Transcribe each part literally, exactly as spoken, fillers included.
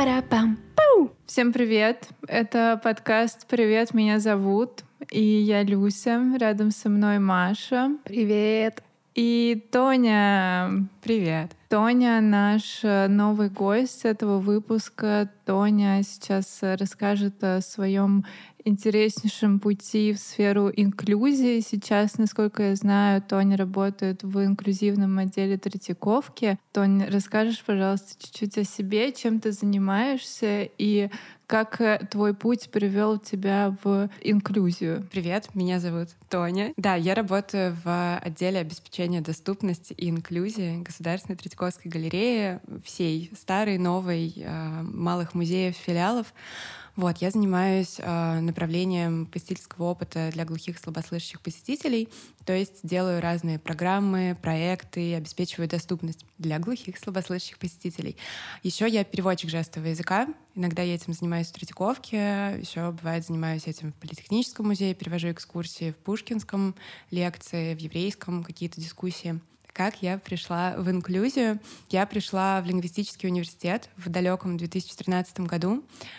Пара-пам-пау! Всем привет! Это подкаст «Привет, меня зовут». И я Люся, рядом со мной Маша. Привет! И Тоня. Привет! Тоня — наш новый гость этого выпуска. Тоня сейчас расскажет о своем интереснейшем пути в сферу инклюзии. Сейчас, насколько я знаю, Тоня работает в инклюзивном отделе Третьяковки. Тоня, расскажешь, пожалуйста, чуть-чуть о себе, чем ты занимаешься и как твой путь привел тебя в инклюзию? Привет, меня зовут Тоня. Да, я работаю в отделе обеспечения доступности и инклюзии Государственной Третьяковской галереи, всей старой, новой, малых музеев, филиалов. Вот, я занимаюсь э, направлением посетительского опыта для глухих и слабослышащих посетителей, то есть делаю разные программы, проекты, обеспечиваю доступность для глухих и слабослышащих посетителей. Еще я переводчик жестового языка, иногда я этим занимаюсь в Третьяковке, еще бывает занимаюсь этим в Политехническом музее, перевожу экскурсии в Пушкинском, лекции, в еврейском, какие-то дискуссии. Как я пришла в инклюзию? Я пришла в лингвистический университет в далеком две тысячи тринадцатом году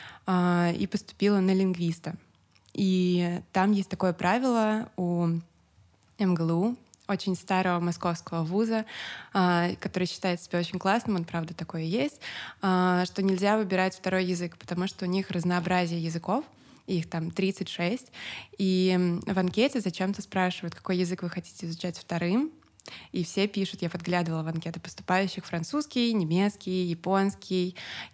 и поступила на лингвиста. И там есть такое правило у эм гэ эл у, очень старого московского вуза, который считает себя очень классным, он, правда, такое и есть, что нельзя выбирать второй язык, потому что у них разнообразие языков, их там тридцать шесть, и в анкете зачем-то спрашивают, какой язык вы хотите изучать вторым. И все пишут, я подглядывала в анкеты поступающих, французский, немецкий, японский.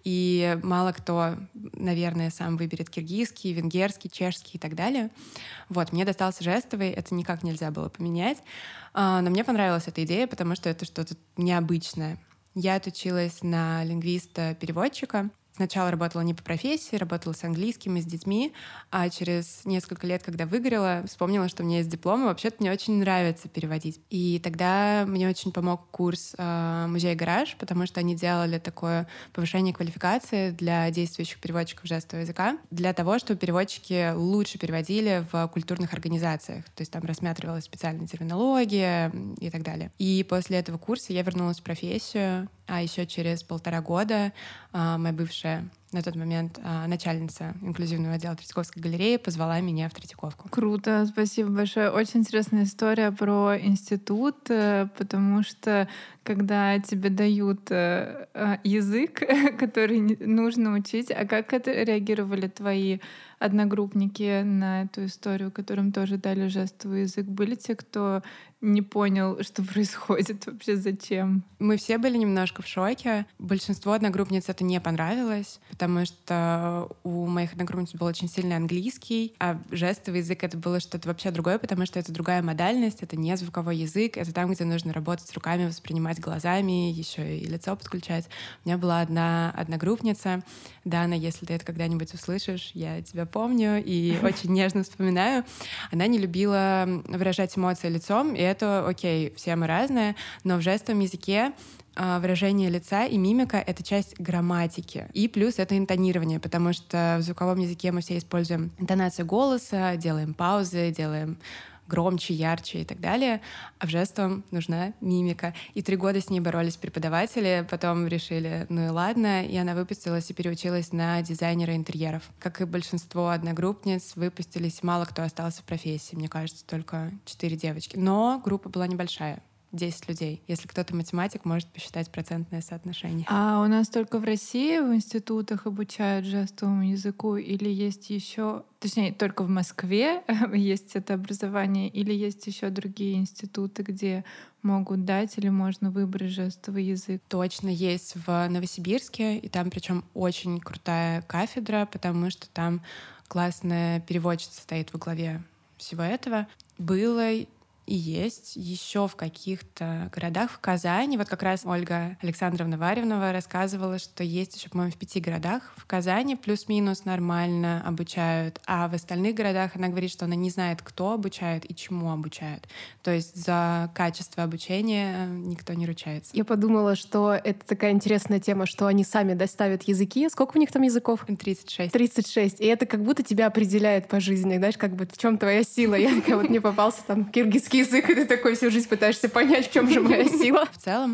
И мало кто, наверное, сам выберет киргизский, венгерский, чешский и так далее. Вот, мне достался жестовый, это никак нельзя было поменять. Но мне понравилась эта идея, потому что это что-то необычное. Я отучилась на лингвиста-переводчика. Сначала работала не по профессии, работала с английским и с детьми, а через несколько лет, когда выгорела, вспомнила, что у меня есть диплом, и вообще-то мне очень нравится переводить. И тогда мне очень помог курс э, «Музей Гараж», потому что они делали такое повышение квалификации для действующих переводчиков жестового языка, для того, чтобы переводчики лучше переводили в культурных организациях. То есть там рассматривалась специальная терминология и так далее. И после этого курса я вернулась в профессию, а еще через полтора года э, моя бывшая на тот момент э, начальница инклюзивного отдела Третьяковской галереи позвала меня в Третьяковку. Круто, спасибо большое. Очень интересная история про институт, потому что когда тебе дают э, язык, который нужно учить, а как это реагировали твои одногруппники на эту историю, которым тоже дали жестовый язык? Были те, кто не понял, что происходит вообще, зачем? Мы все были немножко в шоке. Большинству одногруппниц это не понравилось, потому что у моих одногруппниц был очень сильный английский, а жестовый язык — это было что-то вообще другое, потому что это другая модальность, это не звуковой язык, это там, где нужно работать с руками, воспринимать глазами, еще и лицо подключать. У меня была одна одногруппница, Дана, если ты это когда-нибудь услышишь, я тебя помню и очень нежно вспоминаю. Она не любила выражать эмоции лицом, и это окей, все мы разные, но в жестовом языке выражение лица и мимика — это часть грамматики. И плюс это интонирование, потому что в звуковом языке мы все используем интонацию голоса, делаем паузы, делаем громче, ярче и так далее, а в жестовом нужна мимика. И три года с ней боролись преподаватели, потом решили, ну и ладно, и она выпустилась и переучилась на дизайнера интерьеров. Как и большинство одногруппниц, выпустились, мало кто остался в профессии, мне кажется, только четыре девочки. Но группа была небольшая. десять людей. Если кто-то математик, может посчитать процентное соотношение. А у нас только в России в институтах обучают жестовому языку или есть еще, точнее, только в Москве есть это образование, или есть еще другие институты, где могут дать или можно выбрать жестовый язык? Точно есть в Новосибирске, и там причем очень крутая кафедра, потому что там классная переводчица стоит во главе всего этого. Было и есть еще в каких-то городах. В Казани, вот как раз Ольга Александровна Варевнова рассказывала, что есть еще, по-моему, в пяти городах. В Казани плюс-минус нормально обучают, а в остальных городах она говорит, что она не знает, кто обучает и чему обучают. То есть за качество обучения никто не ручается. Я подумала, что это такая интересная тема, что они сами доставят языки. Сколько у них там языков? тридцать шесть. тридцать шесть. И это как будто тебя определяет по жизни. Знаешь, как бы в чем твоя сила? Я такая, вот мне попался там киргизский язык, и ты такой всю жизнь пытаешься понять, в чем же моя сила. В целом,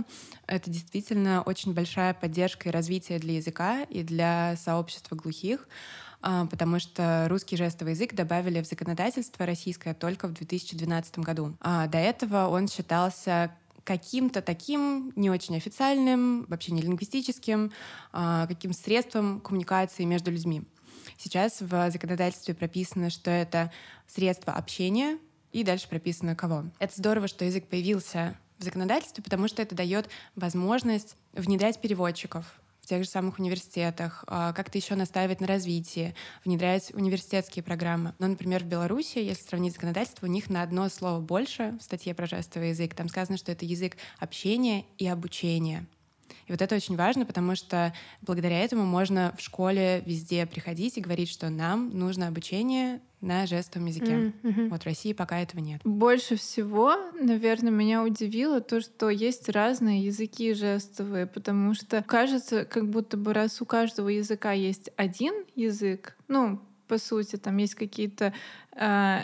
это действительно очень большая поддержка и развитие для языка и для сообщества глухих, потому что русский жестовый язык добавили в законодательство российское только в две тысячи двенадцатом году. А до этого он считался каким-то таким не очень официальным, вообще не лингвистическим, каким средством коммуникации между людьми. Сейчас в законодательстве прописано, что это средство общения, и дальше прописано кого. Это здорово, что язык появился в законодательстве, потому что это дает возможность внедрять переводчиков в тех же самых университетах, как-то еще настаивать на развитии, внедрять университетские программы. Ну, например, в Беларуси, если сравнить законодательство, у них на одно слово больше в статье про жестовый язык. Там сказано, что это язык общения и обучения. И вот это очень важно, потому что благодаря этому можно в школе везде приходить и говорить, что нам нужно обучение на жестовом языке. Mm-hmm. Вот в России пока этого нет. Больше всего, наверное, меня удивило то, что есть разные языки жестовые, потому что кажется, как будто бы раз у каждого языка есть один язык, ну, по сути, там есть какие-то э,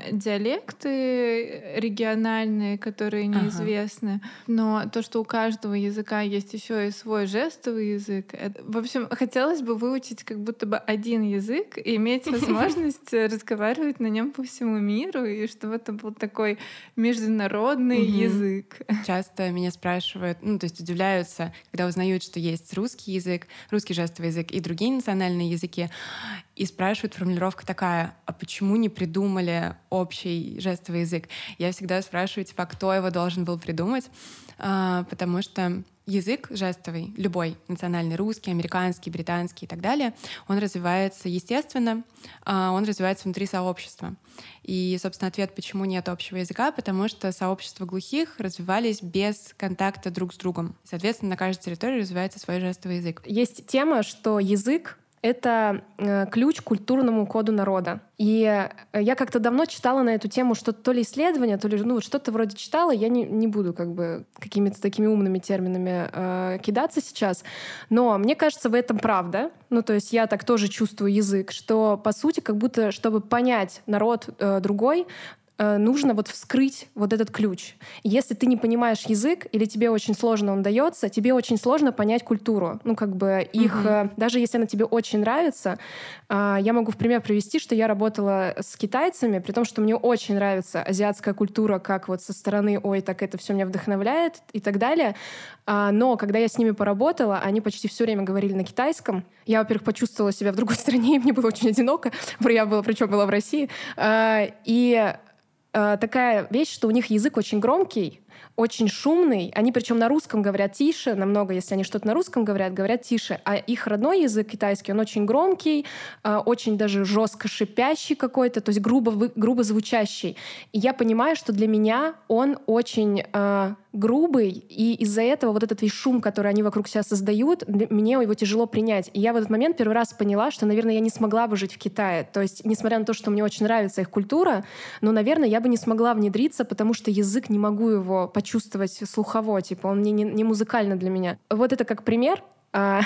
диалекты региональные, которые неизвестны. Ага. Но то, что у каждого языка есть еще и свой жестовый язык, это... в общем, хотелось бы выучить как будто бы один язык и иметь возможность разговаривать на нем по всему миру, и чтобы это был такой международный язык. Часто меня спрашивают, ну, то есть удивляются, когда узнают, что есть русский язык, русский жестовый язык и другие национальные языки, и спрашивают, формулировка такая: а почему не придумали общий жестовый язык? Я всегда спрашиваю, типа, кто его должен был придумать, а, потому что язык жестовый, любой, национальный, русский, американский, британский и так далее, он развивается естественно, а, он развивается внутри сообщества. И, собственно, ответ, почему нет общего языка, потому что сообщества глухих развивались без контакта друг с другом. Соответственно, на каждой территории развивается свой жестовый язык. Есть тема, что язык — это э, ключ к культурному коду народа. И я как-то давно читала на эту тему что-то, то ли исследование, то ли ну, что-то вроде читала. Я не, не буду как бы какими-то такими умными терминами э, кидаться сейчас. Но мне кажется, в этом правда. Ну, то есть я так тоже чувствую язык, что, по сути, как будто, чтобы понять народ э, другой, нужно вот вскрыть вот этот ключ. Если ты не понимаешь язык или тебе очень сложно он дается, тебе очень сложно понять культуру. Ну, как бы их... Uh-huh. Даже если она тебе очень нравится, я могу в пример привести, что я работала с китайцами, при том, что мне очень нравится азиатская культура, как вот со стороны «ой, так это все меня вдохновляет» и так далее. Но когда я с ними поработала, они почти все время говорили на китайском. Я, во-первых, почувствовала себя в другой стране, и мне было очень одиноко. Я была, причем была в России. И такая вещь, что у них язык очень громкий, очень шумный. Они причем на русском говорят тише, намного, если они что-то на русском говорят, говорят тише. А их родной язык китайский, он очень громкий, очень даже жестко шипящий какой-то, то есть грубо, грубо звучащий. И я понимаю, что для меня он очень э, грубый, и из-за этого вот этот весь шум, который они вокруг себя создают, мне его тяжело принять. И я в этот момент первый раз поняла, что, наверное, я не смогла бы жить в Китае. То есть, несмотря на то, что мне очень нравится их культура, но, наверное, я бы не смогла внедриться, потому что язык, не могу его почувствовать слухово, типа он не, не, не музыкально для меня. Вот это как пример а,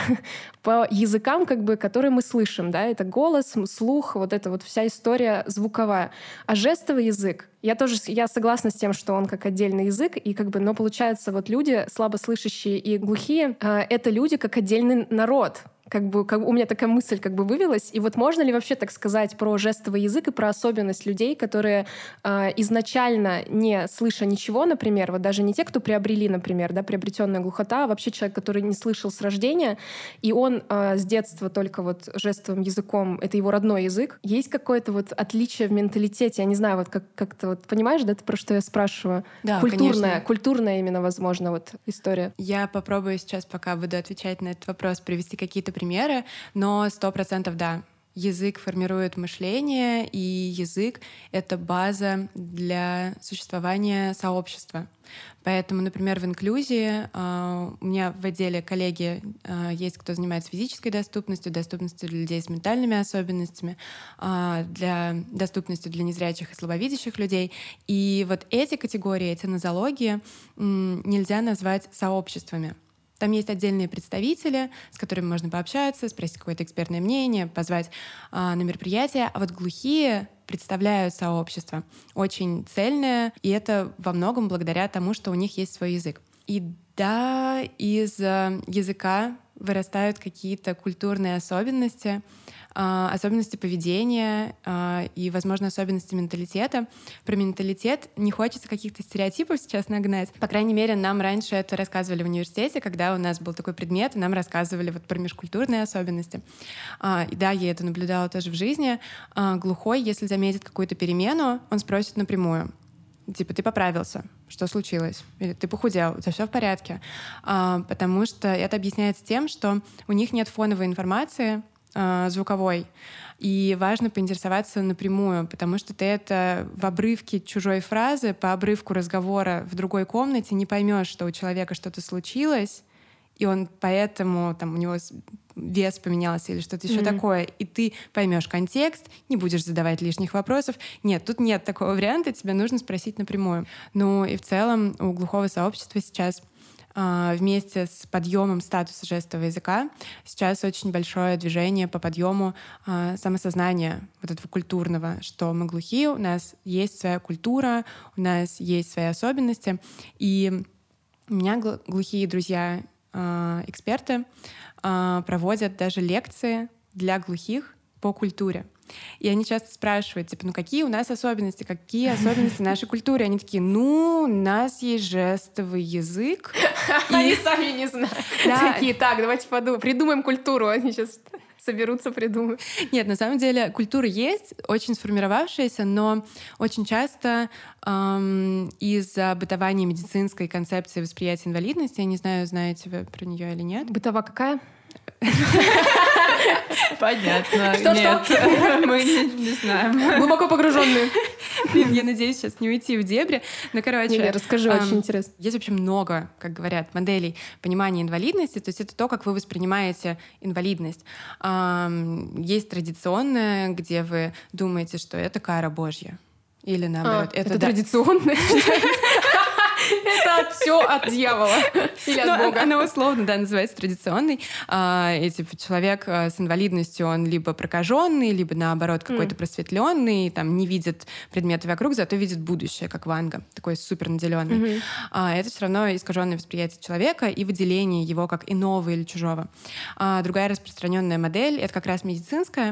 по языкам, как бы, которые мы слышим, да, это голос, слух, вот эта вот вся история звуковая. А жестовый язык, я тоже я согласна с тем, что он как отдельный язык, и как бы, но получается, вот люди слабослышащие и глухие, а, это люди как отдельный народ. Как бы, как, у меня такая мысль как бы вывелась. И вот можно ли вообще так сказать про жестовый язык и про особенность людей, которые э, изначально, не слыша ничего, например, вот даже не те, кто приобрели, например, да, приобретенная глухота, а вообще человек, который не слышал с рождения, и он э, с детства только вот жестовым языком, это его родной язык, есть какое-то вот отличие в менталитете, я не знаю, вот как- как-то вот, понимаешь, да, ты про что я спрашиваю? Да, культурная, конечно. Культурная именно, возможно, вот история. Я попробую сейчас, пока буду отвечать на этот вопрос, привести какие-то примеры, но сто процентов да. Язык формирует мышление, и язык — это база для существования сообщества. Поэтому, например, в инклюзии э, у меня в отделе коллеги э, есть, кто занимается физической доступностью, доступностью для людей с ментальными особенностями, э, для доступностью для незрячих и слабовидящих людей. И вот эти категории, эти нозологии э, нельзя назвать сообществами. Там есть отдельные представители, с которыми можно пообщаться, спросить какое-то экспертное мнение, позвать а, на мероприятие. А вот глухие представляют сообщество очень цельное, и это во многом благодаря тому, что у них есть свой язык. И Да, из языка вырастают какие-то культурные особенности, особенности поведения и, возможно, особенности менталитета. Про менталитет не хочется каких-то стереотипов сейчас нагнать. По крайней мере, нам раньше это рассказывали в университете, когда у нас был такой предмет, и нам рассказывали вот про межкультурные особенности. И да, я это наблюдала тоже в жизни. Глухой, если заметит какую-то перемену, он спросит напрямую. Типа, ты поправился, что случилось? Или ты похудел, у тебя все в порядке? А, потому что это объясняется тем, что у них нет фоновой информации а, звуковой, и важно поинтересоваться напрямую, потому что ты это в обрывке чужой фразы, по обрывку разговора в другой комнате не поймешь, что у человека что-то случилось, и он поэтому, там, у него вес поменялся или что-то еще mm-hmm. такое, и ты поймешь контекст, не будешь задавать лишних вопросов. Нет, тут нет такого варианта, тебе нужно спросить напрямую. Ну и в целом у глухого сообщества сейчас э, вместе с подъемом статуса жестового языка сейчас очень большое движение по подъему э, самосознания вот этого культурного, что мы глухие, у нас есть своя культура, у нас есть свои особенности. И у меня глухие друзья эксперты проводят даже лекции для глухих по культуре. И они часто спрашивают, типа, ну какие у нас особенности, какие особенности нашей культуры? Они такие, ну, у нас есть жестовый язык. Они сами не знают. Такие, так, давайте подумаем, придумаем культуру. Они сейчас соберутся, придумают. Нет, на самом деле культура есть, очень сформировавшаяся, но очень часто эм, из-за бытования медицинской концепции восприятия инвалидности, я не знаю, знаете вы про нее или нет. Бытова какая? Понятно. Что, Нет, что? Мы не, не знаем. Глубоко погруженные. Блин, я надеюсь сейчас не уйти в дебри. Но, короче... Не, не, расскажи, эм, очень интересно. Есть вообще много, как говорят, моделей понимания инвалидности. То есть это то, как вы воспринимаете инвалидность. Эм, есть традиционная, где вы думаете, что это кара Божья. Или наоборот. А, это это да... традиционная? Это все от дьявола или от Бога. Она условно, да, называется традиционной. А, и, типа, человек с инвалидностью, он либо прокаженный, либо, наоборот, какой-то mm. просветленный, там, не видит предметы вокруг, зато видит будущее, как Ванга, такой супер наделенный. Mm-hmm. А, это все равно искаженное восприятие человека и выделение его как иного или чужого. А, другая распространенная модель — это как раз медицинская,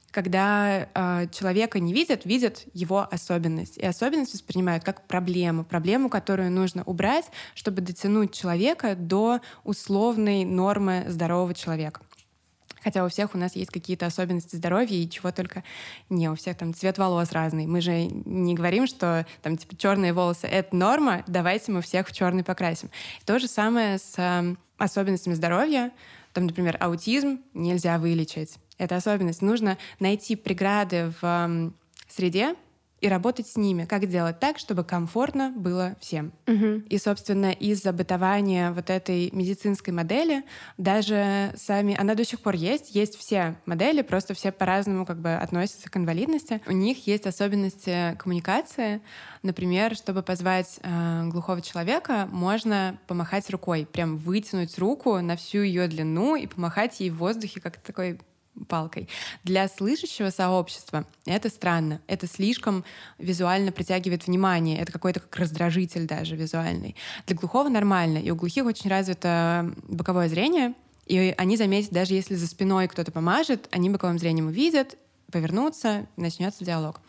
когда э, человека не видят, видят его особенность. И особенность воспринимают как проблему. Проблему, которую нужно убрать, чтобы дотянуть человека до условной нормы здорового человека. Хотя у всех у нас есть какие-то особенности здоровья, и чего только не. У всех там цвет волос разный. Мы же не говорим, что там типа черные волосы — это норма, давайте мы всех в черный покрасим. И то же самое с э, особенностями здоровья. Там, например, аутизм нельзя вылечить. Это особенность. Нужно найти преграды в э, среде и работать с ними. Как сделать так, чтобы комфортно было всем. Угу. И, собственно, из-за бытования вот этой медицинской модели даже сами... Она до сих пор есть. Есть все модели, просто все по-разному как бы относятся к инвалидности. У них есть особенности коммуникации. Например, чтобы позвать э, глухого человека, можно помахать рукой. Прям вытянуть руку на всю ее длину и помахать ей в воздухе, как такой... палкой. Для слышащего сообщества это странно. Это слишком визуально притягивает внимание. Это какой-то как раздражитель даже визуальный. Для глухого нормально. И у глухих очень развито боковое зрение. И они заметят, даже если за спиной кто-то помажет, они боковым зрением увидят, повернутся, и начнется диалог.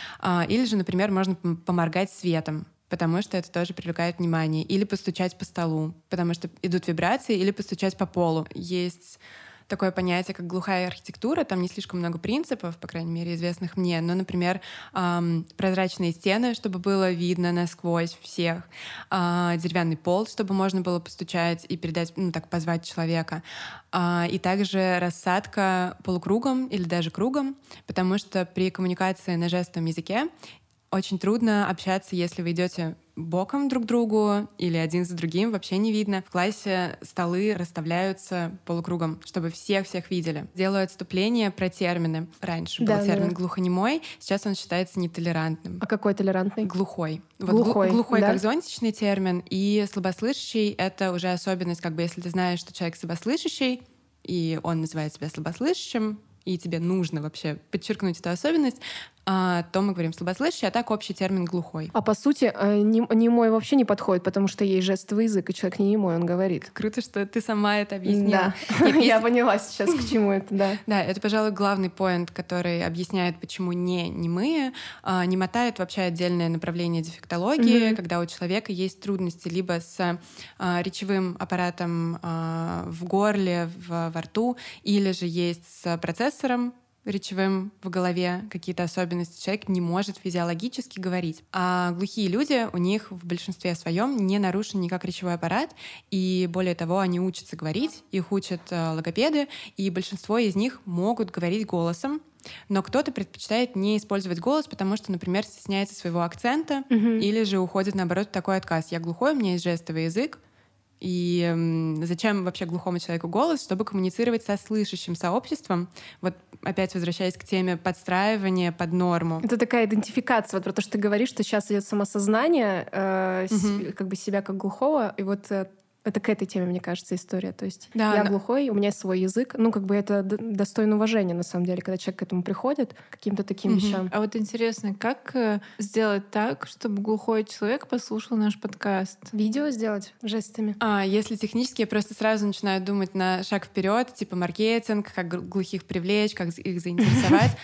Или же, например, можно поморгать светом, потому что это тоже привлекает внимание. Или постучать по столу, потому что идут вибрации, или постучать по полу. Есть такое понятие, как глухая архитектура. Там не слишком много принципов, по крайней мере, известных мне. Но, например, эм, прозрачные стены, чтобы было видно насквозь всех. Э, деревянный пол, чтобы можно было постучать и передать, ну, так, позвать человека. Э, и также рассадка полукругом или даже кругом, потому что при коммуникации на жестовом языке очень трудно общаться, если вы идете боком друг к другу или один за другим, вообще не видно. В классе столы расставляются полукругом, чтобы всех-всех видели. Делаю отступление про термины. Раньше да, был термин да. глухонемой, сейчас он считается нетолерантным. А какой толерантный? Глухой. Вот глухой, глухой да? Как зонтичный термин, и слабослышащий — это уже особенность, как бы если ты знаешь, что человек слабослышащий, и он называет себя слабослышащим, и тебе нужно вообще подчеркнуть эту особенность, а, то мы говорим слабослышащий, а так общий термин глухой. А по сути, немой вообще не подходит, потому что есть жестовый язык, и человек не немой, он говорит. Круто, что ты сама это объяснила. Да, Нет, я поняла сейчас, к чему это, да. Да, это, пожалуй, главный поинт, который объясняет, почему не немые. А, немота — это вообще отдельное направление дефектологии, mm-hmm. когда у человека есть трудности либо с а, речевым аппаратом а, в горле, в, во рту, или же есть с процессором речевым в голове какие-то особенности, человек не может физиологически говорить. А глухие люди, у них в большинстве своем не нарушен никак речевой аппарат, и более того, они учатся говорить, их учат э, логопеды, и большинство из них могут говорить голосом, но кто-то предпочитает не использовать голос, потому что, например, стесняется своего акцента, mm-hmm. или же уходит, наоборот, в такой отказ. Я глухой, у меня есть жестовый язык, и м, зачем вообще глухому человеку голос? Чтобы коммуницировать со слышащим сообществом. Вот опять возвращаясь к теме подстраивания под норму. Это такая идентификация, вот про то, что ты говоришь, что сейчас идет самосознание э, угу. с, как бы себя как глухого, и вот э, это к этой теме, мне кажется, история. То есть да, я да. глухой, у меня есть свой язык. Ну, как бы это достойно уважения, на самом деле, когда человек к этому приходит, к каким-то таким угу. вещам. А вот интересно, как сделать так, чтобы глухой человек послушал наш подкаст? Видео сделать жестами? А, если технически, я просто сразу начинаю думать на шаг вперед, типа маркетинг, как глухих привлечь, как их заинтересовать.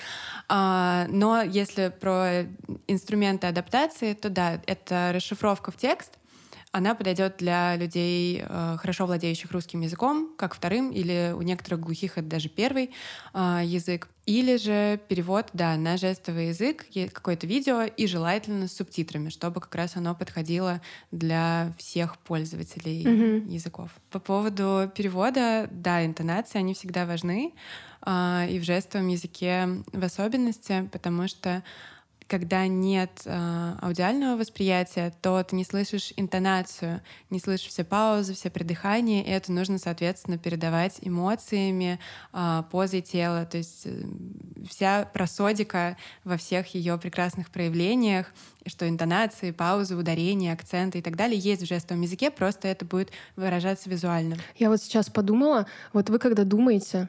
А, но если про инструменты адаптации, то да, это расшифровка в текст. Она подойдет для людей, э, хорошо владеющих русским языком, как вторым, или у некоторых глухих это даже первый э, язык. Или же перевод, да, на жестовый язык, какое-то видео, и желательно с субтитрами, чтобы как раз оно подходило для всех пользователей mm-hmm. языков. По поводу перевода, да, интонации, они всегда важны, э, и в жестовом языке в особенности, потому что когда нет э, аудиального восприятия, то ты не слышишь интонацию, не слышишь все паузы, все придыхания, и это нужно, соответственно, передавать эмоциями, э, позой тела. То есть э, вся просодика во всех ее прекрасных проявлениях, что интонации, паузы, ударения, акценты и так далее есть в жестовом языке, просто это будет выражаться визуально. Я вот сейчас подумала, вот вы когда думаете,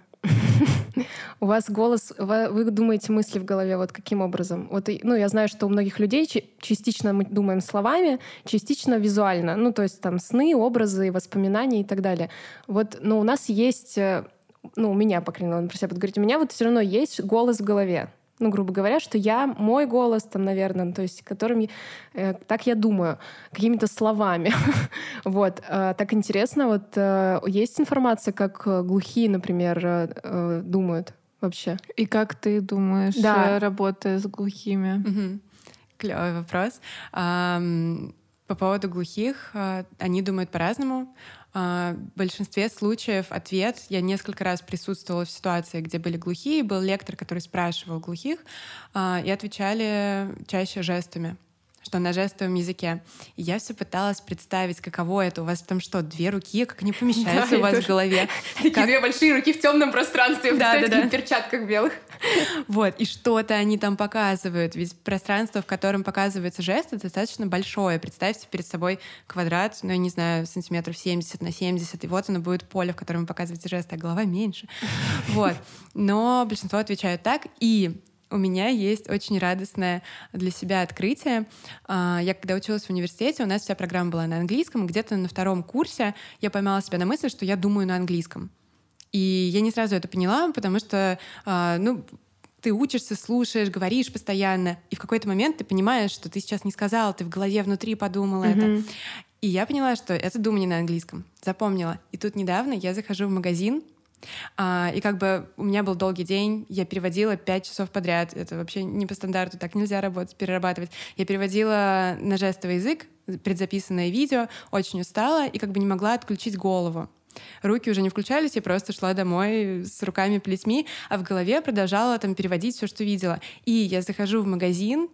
у вас голос, вы думаете мысли в голове вот каким образом? Вот, ну, я знаю, что у многих людей частично мы думаем словами, частично визуально. Ну, то есть там сны, образы, воспоминания и так далее. Вот, но у нас есть, ну, у меня, по крайней мере, про себя буду говорить, у меня вот все равно есть голос в голове. Ну, грубо говоря, что я, мой голос, там, наверное, то есть, которым э, так я думаю, какими-то словами. Вот. Э, так интересно, вот э, есть информация, как глухие, например, э, думают вообще? И как ты думаешь, да. работая с глухими? Угу. Клевый вопрос. А, по поводу глухих, они думают по-разному. В большинстве случаев ответ, я несколько раз присутствовала в ситуации, где были глухие, был лектор, который спрашивал глухих, и отвечали чаще жестами, что на жестовом языке. И я все пыталась представить, каково это. У вас там что, две руки, как они помещаются да, у вас в голове? Такие как... две большие руки в темном пространстве, да, да, да. в перчатках белых. Вот, и что-то они там показывают. Ведь пространство, в котором показывается жест, достаточно большое. Представьте перед собой квадрат, ну, я не знаю, сантиметров семьдесят на семьдесят, и вот оно будет поле, в котором вы показываете жест, а голова меньше. Вот. Но большинство отвечают так, и у меня есть очень радостное для себя открытие. Я когда училась в университете, у нас вся программа была на английском, где-то на втором курсе я поймала себя на мысли, что я думаю на английском. И я не сразу это поняла, потому что, ну, ты учишься, слушаешь, говоришь постоянно, и в какой-то момент ты понимаешь, что ты сейчас не сказала, ты в голове внутри подумала mm-hmm. это. И я поняла, что это думание на английском. Запомнила. И тут недавно я захожу в магазин, А, и как бы у меня был долгий день, я переводила пять часов подряд. Это вообще не по стандарту, так нельзя работать, перерабатывать. Я переводила на жестовый язык предзаписанное видео, очень устала и как бы не могла отключить голову. Руки уже не включались, я просто шла домой с руками-плетьми, а в голове продолжала там переводить все, что видела. И я захожу в магазин,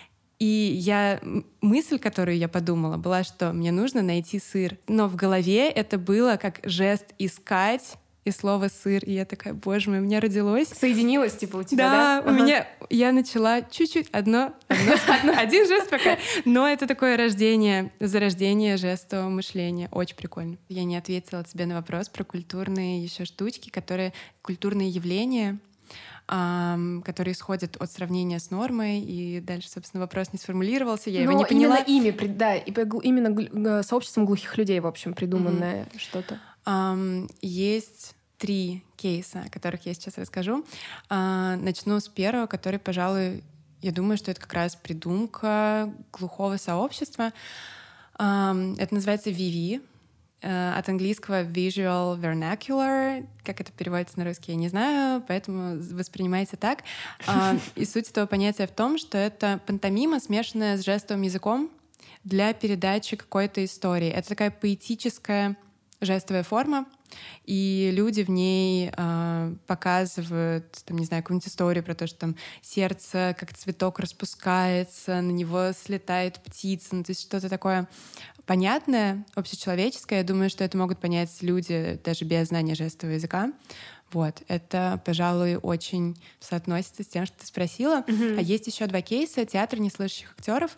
и я мысль, которую я подумала, была, что мне нужно найти сыр. Но в голове это было как жест «искать», и слово «сыр». И я такая, боже мой, у меня родилось... Соединилось, типа, у тебя, да? Да, у ага. меня... Я начала чуть-чуть, одно... одно один жест пока. Но это такое рождение, зарождение жестового мышления. Очень прикольно. Я не ответила тебе на вопрос про культурные еще штучки, которые... Культурные явления. эм, которые исходят от сравнения с нормой, и дальше, собственно, вопрос не сформулировался, я его Но не поняла. именно ими, да, именно сообществом глухих людей, в общем, придуманное mm-hmm. что-то. Um, есть три кейса, о которых я сейчас расскажу. Uh, начну с первого, который, пожалуй, я думаю, что это как раз придумка глухого сообщества. Um, это называется ви ви, uh, от английского Visual Vernacular. Как это переводится на русский, я не знаю, поэтому воспринимайте так. Uh, и суть этого понятия в том, что это пантомима, смешанная с жестовым языком для передачи какой-то истории. Это такая поэтическая жестовая форма, и люди в ней э, показывают, там, не знаю, какую-нибудь историю про то, что там сердце, как цветок распускается, на него слетает птица, ну, то есть что-то такое понятное, общечеловеческое. Я думаю, что это могут понять люди даже без знания жестового языка. Вот, это, пожалуй, очень соотносится с тем, что ты спросила. Mm-hmm. А есть еще два кейса. Театр неслышащих актеров.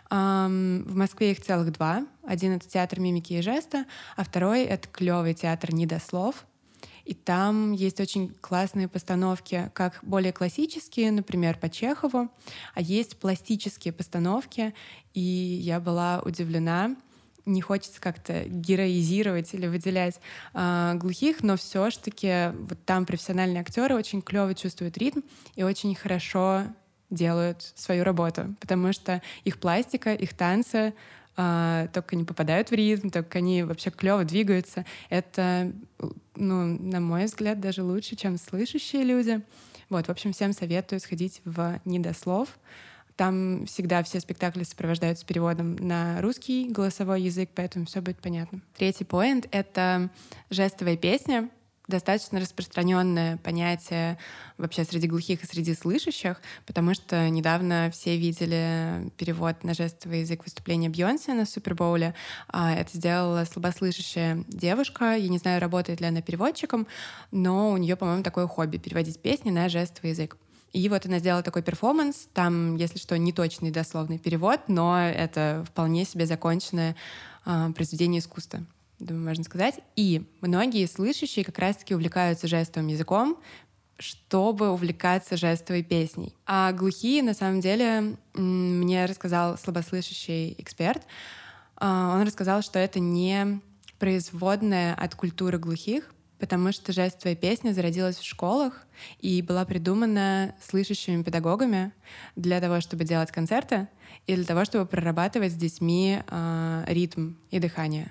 Эм, в Москве их целых два. Один — это театр мимики и жеста, а второй — это клевый театр «Недослов». И там есть очень классные постановки, как более классические, например, по Чехову, а есть пластические постановки. И я была удивлена. Не хочется как-то героизировать или выделять э, глухих, но все ж таки вот там профессиональные актеры очень клево чувствуют ритм и очень хорошо делают свою работу, потому что их пластика, их танцы э, только не попадают в ритм, только они вообще клево двигаются. Это, ну, на мой взгляд, даже лучше, чем слышащие люди. Вот, в общем, всем советую сходить в «Недослов». Там всегда все спектакли сопровождаются переводом на русский голосовой язык, поэтому все будет понятно. Третий поинт — это жестовая песня. Достаточно распространенное понятие вообще среди глухих и среди слышащих, потому что недавно все видели перевод на жестовый язык выступления Бейонсе на Супербоуле. Это сделала слабослышащая девушка. Я не знаю, работает ли она переводчиком, но у нее, по-моему, такое хобби — переводить песни на жестовый язык. И вот она сделала такой перформанс. Там, если что, не точный дословный перевод, но это вполне себе законченное э, произведение искусства, думаю, можно сказать. И многие слышащие как раз-таки увлекаются жестовым языком, чтобы увлекаться жестовой песней. А глухие, на самом деле, мне рассказал слабослышащий эксперт. Он рассказал, что это не производная от культуры глухих, потому что жестовая песня зародилась в школах и была придумана слышащими педагогами для того, чтобы делать концерты и для того, чтобы прорабатывать с детьми э, ритм и дыхание.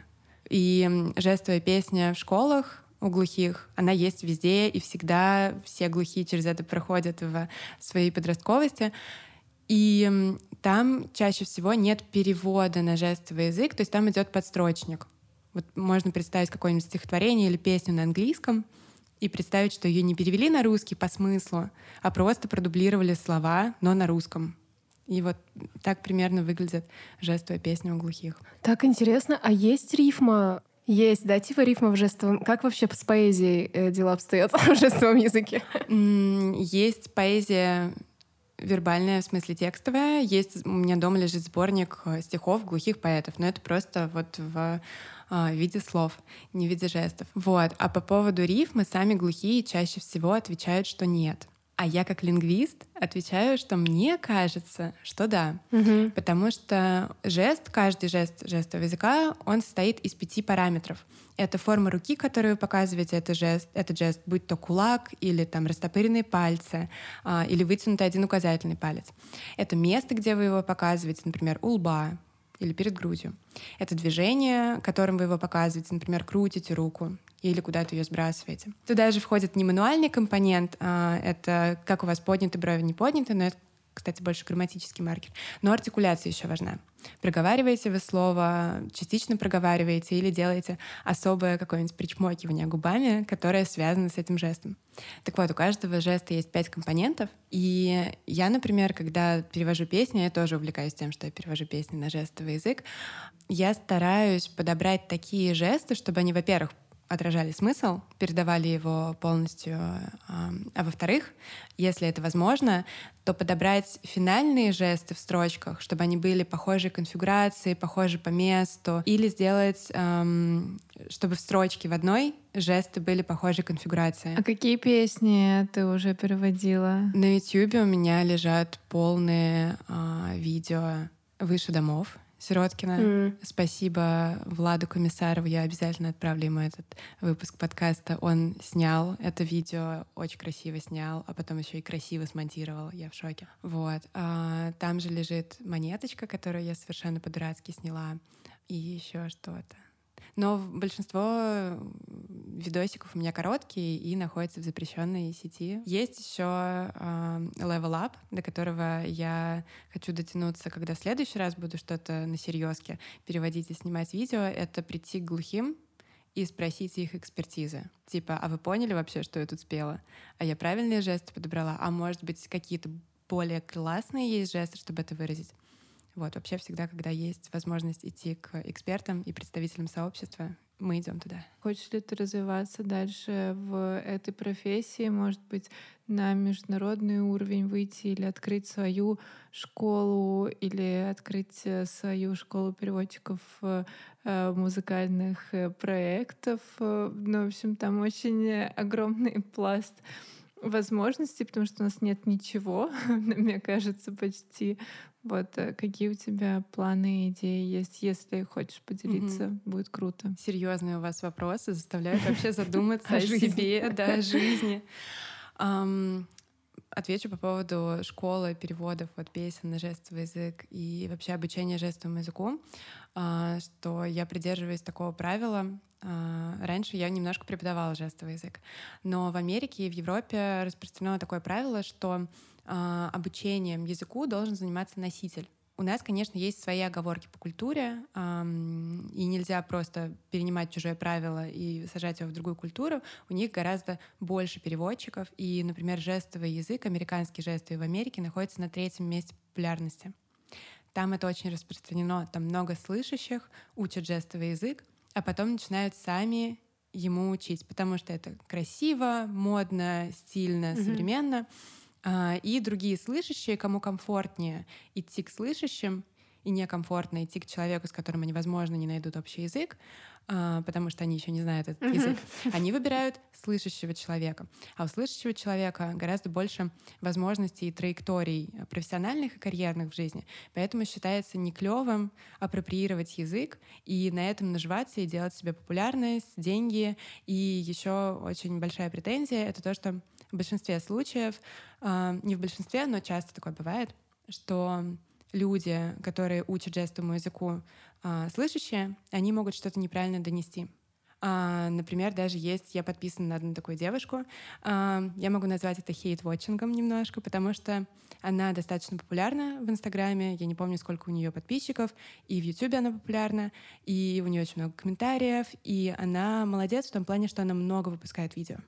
И жестовая песня в школах у глухих, она есть везде, и всегда все глухие через это проходят в своей подростковости. И там чаще всего нет перевода на жестовый язык, то есть там идет подстрочник. Вот можно представить какое-нибудь стихотворение или песню на английском и представить, что ее не перевели на русский по смыслу, а просто продублировали слова, но на русском. И вот так примерно выглядит жестовая песня у глухих. Так интересно. А есть рифма? Есть, да, типа рифма в жестовом. Как вообще с поэзией э, дела обстоят в жестовом языке? Есть поэзия вербальная, в смысле текстовая. Есть, у меня дома лежит сборник стихов глухих поэтов, но это просто вот в в виде слов, не в виде жестов. Вот. А по поводу рифмы сами глухие чаще всего отвечают, что нет. А я как лингвист отвечаю, что мне кажется, что да. Угу. Потому что жест, каждый жест жестового языка, он состоит из пяти параметров. Это форма руки, которую вы показываете, это жест, этот жест, будь то кулак или там растопыренные пальцы, а, или вытянутый один указательный палец. Это место, где вы его показываете, например, у лба или перед грудью. Это движение, которым вы его показываете, например, крутите руку или куда-то ее сбрасываете. Туда же входит не мануальный компонент, а это как у вас подняты брови, не подняты, но это, кстати, больше грамматический маркер. Но артикуляция еще важна. Проговариваете вы слово, частично проговариваете или делаете особое какое-нибудь причмокивание губами, которое связано с этим жестом. Так вот, у каждого жеста есть пять компонентов. И я, например, когда перевожу песни, я тоже увлекаюсь тем, что я перевожу песни на жестовый язык, я стараюсь подобрать такие жесты, чтобы они, во-первых, отражали смысл, передавали его полностью. А во-вторых, если это возможно, то подобрать финальные жесты в строчках, чтобы они были похожей конфигурации, похожи по месту, или сделать, эм, чтобы в строчке в одной жесты были похожей конфигурации. А какие песни ты уже переводила? На YouTube у меня лежат полные э, видео «Выше домов» Сироткина. Mm. Спасибо Владу Комиссарову. Я обязательно отправлю ему этот выпуск подкаста. Он снял это видео, очень красиво снял, а потом еще и красиво смонтировал. Я в шоке. Вот. А, там же лежит монеточка, которую я совершенно по-дурацки сняла. И еще что-то. Но большинство видосиков у меня короткие и находятся в запрещенной сети. Есть еще э, Level Up, до которого я хочу дотянуться, когда в следующий раз буду что-то на серьезке переводить и снимать видео. Это прийти к глухим и спросить их экспертизы. Типа, а вы поняли вообще, что я тут спела? А я правильные жесты подобрала? А может быть, какие-то более классные есть жесты, чтобы это выразить? Вот, вообще всегда, когда есть возможность идти к экспертам и представителям сообщества, мы идем туда. Хочешь ли ты развиваться дальше в этой профессии, может быть, на международный уровень выйти или открыть свою школу, или открыть свою школу переводчиков музыкальных проектов? Ну, в общем, там очень огромный пласт возможностей, потому что у нас нет ничего, мне кажется, почти. Вот какие у тебя планы и идеи есть, если хочешь поделиться, mm-hmm. будет круто. Серьезные у вас вопросы заставляют вообще задуматься о себе, да, о жизни. Отвечу по поводу школы переводов вот, песен на жестовый язык и вообще обучения жестовому языку, что я придерживаюсь такого правила. Раньше я немножко преподавала жестовый язык, но в Америке и в Европе распространено такое правило, что обучением языку должен заниматься носитель. У нас, конечно, есть свои оговорки по культуре, эм, и нельзя просто перенимать чужое правило и сажать его в другую культуру. У них гораздо больше переводчиков, и, например, жестовый язык, американский жестовый в Америке находится на третьем месте популярности. Там это очень распространено, там много слышащих учат жестовый язык, а потом начинают сами ему учить, потому что это красиво, модно, стильно, mm-hmm. современно. И другие слышащие, кому комфортнее идти к слышащим и некомфортно идти к человеку, с которым они, возможно, не найдут общий язык, потому что они еще не знают этот mm-hmm. язык, они выбирают слышащего человека. А у слышащего человека гораздо больше возможностей и траекторий профессиональных и карьерных в жизни. Поэтому считается не клевым апроприировать язык и на этом наживаться и делать себе популярность, деньги. И еще очень большая претензия — это то, что в большинстве случаев, не в большинстве, но часто такое бывает, что люди, которые учат жестовому языку слышащие, они могут что-то неправильно донести. Например, даже есть, я подписана на одну такую девушку, я могу назвать это хейт-вотчингом немножко, потому что она достаточно популярна в Инстаграме, я не помню, сколько у нее подписчиков, и в Ютубе она популярна, и у нее очень много комментариев, и она молодец в том плане, что она много выпускает видео.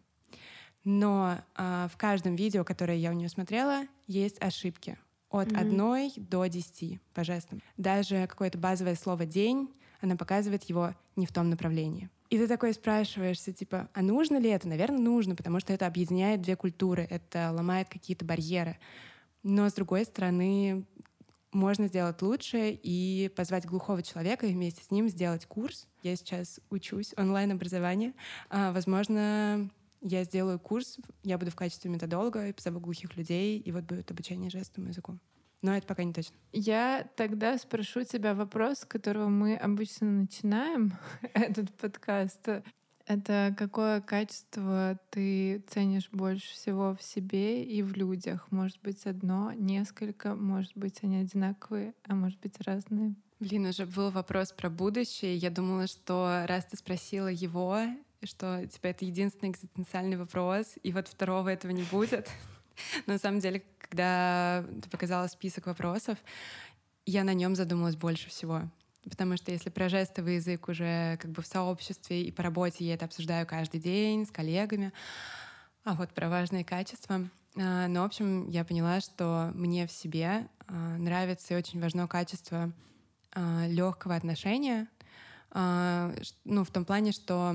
Но а, в каждом видео, которое я у нее смотрела, есть ошибки. От mm-hmm. одной до десяти по жестам. Даже какое-то базовое слово «день», она показывает его не в том направлении. И ты такой спрашиваешься, типа, а нужно ли это? Наверное, нужно, потому что это объединяет две культуры, это ломает какие-то барьеры. Но, с другой стороны, можно сделать лучше и позвать глухого человека и вместе с ним сделать курс. Я сейчас учусь онлайн-образованию. А, возможно, я сделаю курс, я буду в качестве методолога и позову глухих людей, и вот будет обучение жестовому языку. Но это пока не точно. Я тогда спрошу тебя вопрос, с которого мы обычно начинаем этот подкаст. Это какое качество ты ценишь больше всего в себе и в людях? Может быть, одно, несколько, может быть, они одинаковые, а может быть, разные? Блин, уже был вопрос про будущее. Я думала, что раз ты спросила его, что типа это единственный экзистенциальный вопрос, и вот второго этого не будет. Но на самом деле, когда ты показала список вопросов, я на нем задумалась больше всего. Потому что если про жестовый язык уже как бы в сообществе и по работе я это обсуждаю каждый день с коллегами, а вот про важные качества. Но, в общем, я поняла, что мне в себе нравится и очень важно качество легкого отношения, ну, в том плане, что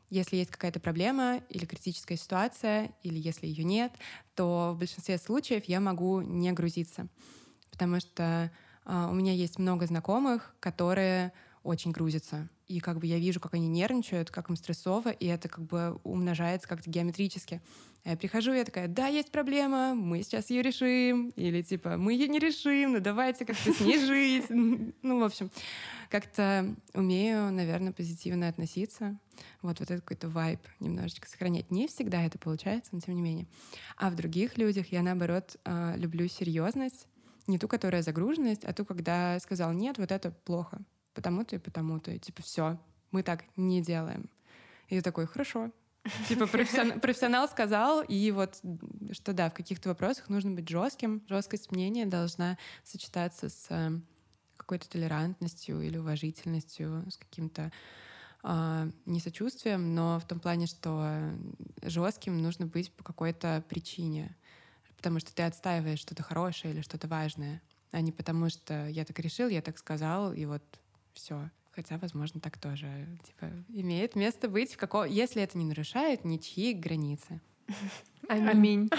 Если есть какая-то проблема или критическая ситуация, или если ее нет, то в большинстве случаев я могу не грузиться. Потому что э, у меня есть много знакомых, которые очень грузятся. И как бы я вижу, как они нервничают, как им стрессово, и это как бы умножается как-то геометрически. Я прихожу, я такая: да, есть проблема, мы сейчас ее решим. Или типа: мы ее не решим, ну давайте как-то с ней жить. Ну, в общем, как-то умею, наверное, позитивно относиться. Вот, вот этот какой-то вайб немножечко сохранять. Не всегда это получается, но тем не менее. А в других людях я, наоборот, люблю серьезность. Не ту, которая загруженность, а ту, когда сказал: нет, вот это плохо. Потому-то и потому-то. И типа все, мы так не делаем. И я такой: хорошо. Типа профессионал, профессионал сказал, и вот что да, в каких-то вопросах нужно быть жестким. Жесткость мнения должна сочетаться с какой-то толерантностью или уважительностью, с каким-то э, не сочувствием, но в том плане, что жестким нужно быть по какой-то причине. Потому что ты отстаиваешь что-то хорошее или что-то важное, а не потому что я так решил, я так сказал, и вот все. Хотя, возможно, так тоже типа имеет место быть, в каком... если это не нарушает ничьи границы. Аминь.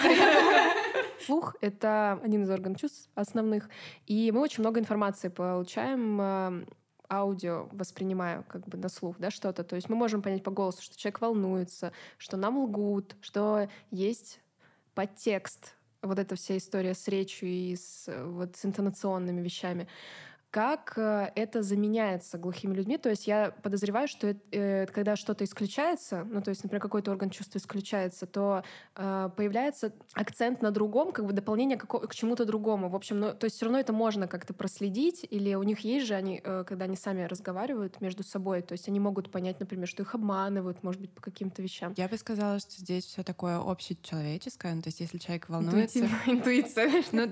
Слух — это один из органов чувств основных, и мы очень много информации получаем, аудио воспринимая как бы на слух, да, что-то. То есть мы можем понять по голосу, что человек волнуется, что нам лгут, что есть подтекст. Вот эта вся история с речью и с, вот, с интонационными вещами. Как это заменяется глухими людьми? То есть я подозреваю, что это, э, когда что-то исключается, ну то есть, например, какой-то орган чувства исключается, то э, появляется акцент на другом, как бы дополнение к, к чему-то другому. В общем, ну, то есть все равно это можно как-то проследить, или у них есть же они, э, когда они сами разговаривают между собой, то есть они могут понять, например, что их обманывают, может быть, по каким-то вещам. Я бы сказала, что здесь все такое общечеловеческое, ну, то есть если человек волнуется... Интуиция. Ну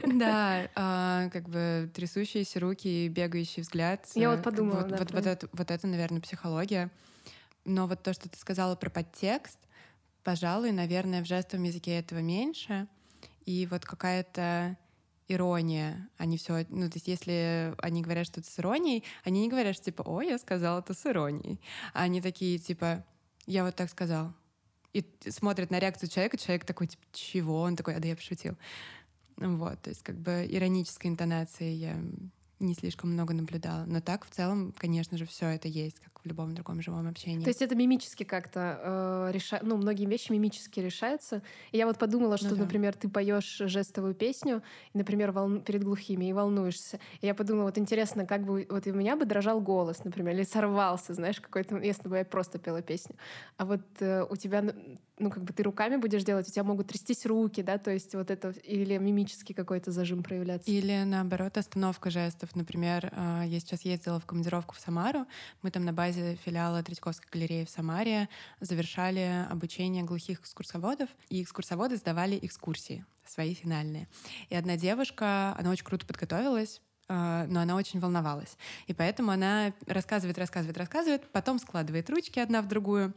да, как бы трясущиеся руки, бегающий взгляд. Я вот подумала, вот, да, вот, вот, это, вот это, наверное, психология. Но вот то, что ты сказала про подтекст, пожалуй, наверное, в жестовом языке этого меньше. И вот какая-то ирония. Они все, ну, то есть если они говорят что-то с иронией, они не говорят, что типа: о, я сказала это с иронией. А они такие, типа: я вот так сказал. И смотрят на реакцию человека, человек такой, типа: чего? Он такой: а да я пошутил. Вот, то есть как бы иронической интонации я не слишком много наблюдала. Но так в целом, конечно же, все это есть, как в любом другом живом общении. То есть это мимически как-то э, решает, ну, многие вещи мимически решаются. И я вот подумала, что, ну, да. например, ты поешь жестовую песню, и, например, волну... перед глухими, и волнуешься. И я подумала, вот интересно, как бы вот и у меня бы дрожал голос, например, или сорвался, знаешь, какой-то, если бы я просто пела песню. А вот э, у тебя, ну, как бы ты руками будешь делать, у тебя могут трястись руки, да, то есть вот это, или мимический какой-то зажим проявляться. Или, наоборот, остановка жестов. Например, я сейчас ездила в командировку в Самару, мы там на базе филиала Третьяковской галереи в Самаре завершали обучение глухих экскурсоводов, и экскурсоводы сдавали экскурсии свои финальные. И одна девушка, она очень круто подготовилась, но она очень волновалась. И поэтому она рассказывает, рассказывает, рассказывает, потом складывает ручки одна в другую,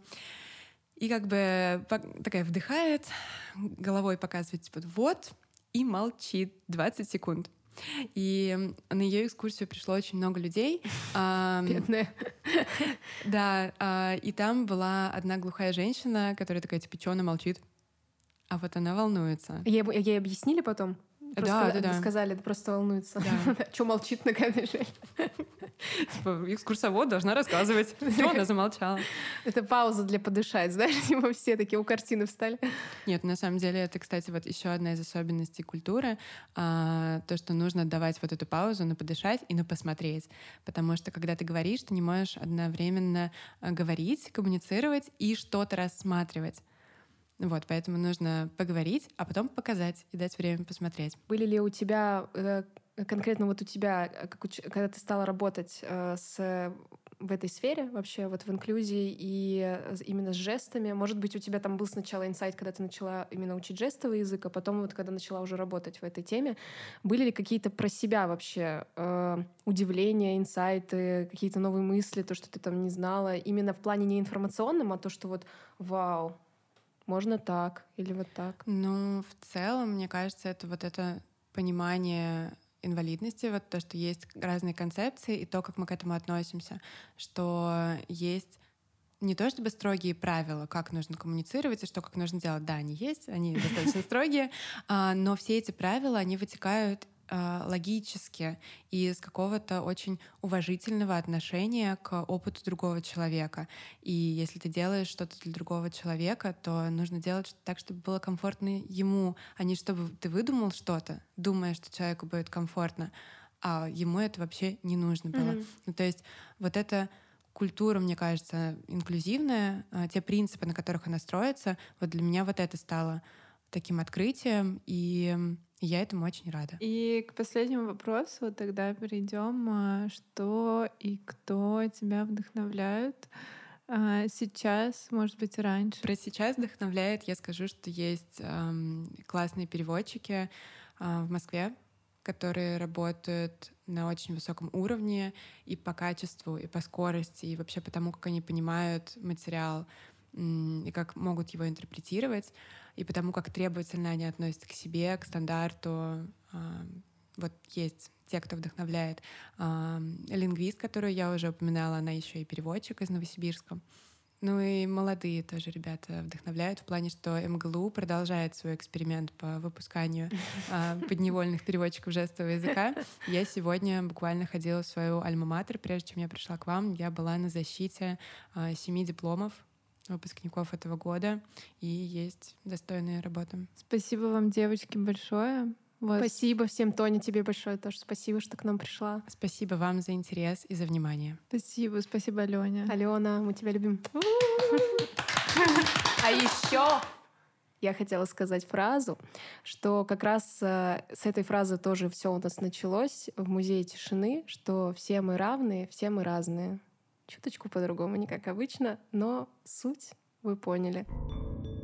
и как бы такая вдыхает, головой показывает, типа: вот, и молчит двадцать секунд. И на ее экскурсию пришло очень много людей. Бедная. Да, и там была одна глухая женщина, которая такая, типа: чё она молчит? А вот она волнуется. Ей, ей объяснили потом? Просто да, да, да. Сказали, да, просто волнуется. Да. Чё молчит на камере? Типа, экскурсовод должна рассказывать. Чё она замолчала? Это пауза для подышать, знаешь? Типа все такие у картины встали. Нет, на самом деле это, кстати, вот еще одна из особенностей культуры. А, то, что нужно давать вот эту паузу на подышать и на посмотреть. Потому что когда ты говоришь, ты не можешь одновременно говорить, коммуницировать и что-то рассматривать. Вот, поэтому нужно поговорить, а потом показать и дать время посмотреть. Были ли у тебя, э, конкретно вот у тебя, как уч... когда ты стала работать э, с, в этой сфере вообще, вот в инклюзии и именно с жестами, может быть, у тебя там был сначала инсайт, когда ты начала именно учить жестовый язык, а потом вот когда начала уже работать в этой теме, были ли какие-то про себя вообще э, удивления, инсайты, какие-то новые мысли, то, что ты там не знала, именно в плане не информационном, а то, что вот вау, можно так или вот так? Ну, в целом, мне кажется, это вот это понимание инвалидности, вот то, что есть разные концепции и то, как мы к этому относимся, что есть не то чтобы строгие правила, как нужно коммуницировать и что как нужно делать. Да, они есть, они достаточно строгие, но все эти правила, они вытекают логически и из какого-то очень уважительного отношения к опыту другого человека. И если ты делаешь что-то для другого человека, то нужно делать так, чтобы было комфортно ему, а не чтобы ты выдумал что-то, думая, что человеку будет комфортно, а ему это вообще не нужно было. Mm-hmm. Ну, то есть вот эта культура, мне кажется, инклюзивная, те принципы, на которых она строится, вот для меня вот это стало таким открытием, и я этому очень рада. И к последнему вопросу тогда перейдем. Что и кто тебя вдохновляют сейчас, может быть, раньше? Про сейчас вдохновляет, я скажу, что есть эм, классные переводчики э, в Москве, которые работают на очень высоком уровне и по качеству, и по скорости, и вообще по тому, как они понимают материал и как могут его интерпретировать, и потому как требовательно они относятся к себе, к стандарту. Вот есть те, кто вдохновляет. Лингвист, которую я уже упоминала, она еще и переводчик из Новосибирска. Ну и молодые тоже ребята вдохновляют в плане, что эм гэ эл у продолжает свой эксперимент по выпусканию подневольных переводчиков жестового языка. Я сегодня буквально ходила в свою альма-матер, прежде чем я пришла к вам. Я была на защите семи дипломов выпускников этого года, и есть достойные работы. Спасибо вам, девочки, большое. Вот. Спасибо всем, Тоня, тебе большое тоже спасибо, что к нам пришла. Спасибо вам за интерес и за внимание. Спасибо, спасибо, Алёня. Алена, мы тебя любим. А еще я хотела сказать фразу, что как раз с этой фразы тоже все у нас началось в Музее тишины, что все мы равные, все мы разные. Чуточку по-другому, не как обычно, но суть вы поняли.